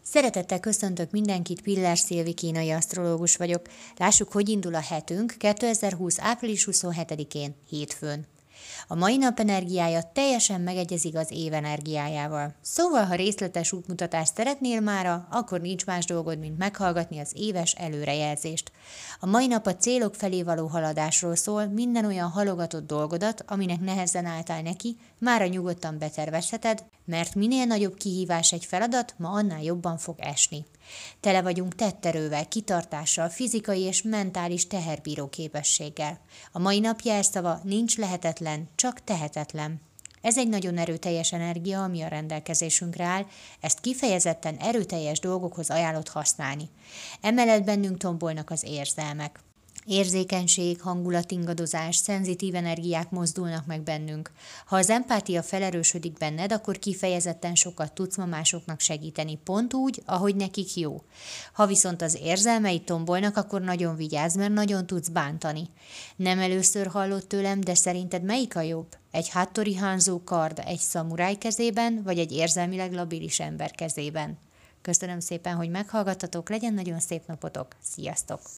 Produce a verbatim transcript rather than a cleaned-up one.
Szeretettel köszöntök mindenkit, Pillás Szilvi kínai asztrológus vagyok. Lássuk, hogy indul a hetünk kétezer-húsz. április huszonhetedikén, hétfőn. A mai nap energiája teljesen megegyezik az év energiájával. Szóval, ha részletes útmutatást szeretnél mára, akkor nincs más dolgod, mint meghallgatni az éves előrejelzést. A mai nap a célok felé való haladásról szól, minden olyan halogatott dolgodat, aminek nehezen álltál neki, mára nyugodtan betervezheted, mert minél nagyobb kihívás egy feladat, ma annál jobban fog esni. Tele vagyunk tetterővel, kitartással, fizikai és mentális teherbíró képességgel. A mai nap jelszava nincs lehetetlen, csak tehetetlen. Ez egy nagyon erőteljes energia, ami a rendelkezésünkre áll, ezt kifejezetten erőteljes dolgokhoz ajánlott használni. Emellett bennünk tombolnak az érzelmek. Érzékenység, hangulatingadozás, szenzitív energiák mozdulnak meg bennünk. Ha az empátia felerősödik benned, akkor kifejezetten sokat tudsz ma másoknak segíteni, pont úgy, ahogy nekik jó. Ha viszont az érzelmeid tombolnak, akkor nagyon vigyázz, mert nagyon tudsz bántani. Nem először hallott tőlem, de szerinted melyik a jobb? Egy Hattori Hanzo kard egy szamuráj kezében, vagy egy érzelmileg labilis ember kezében? Köszönöm szépen, hogy meghallgattatok, legyen nagyon szép napotok, sziasztok!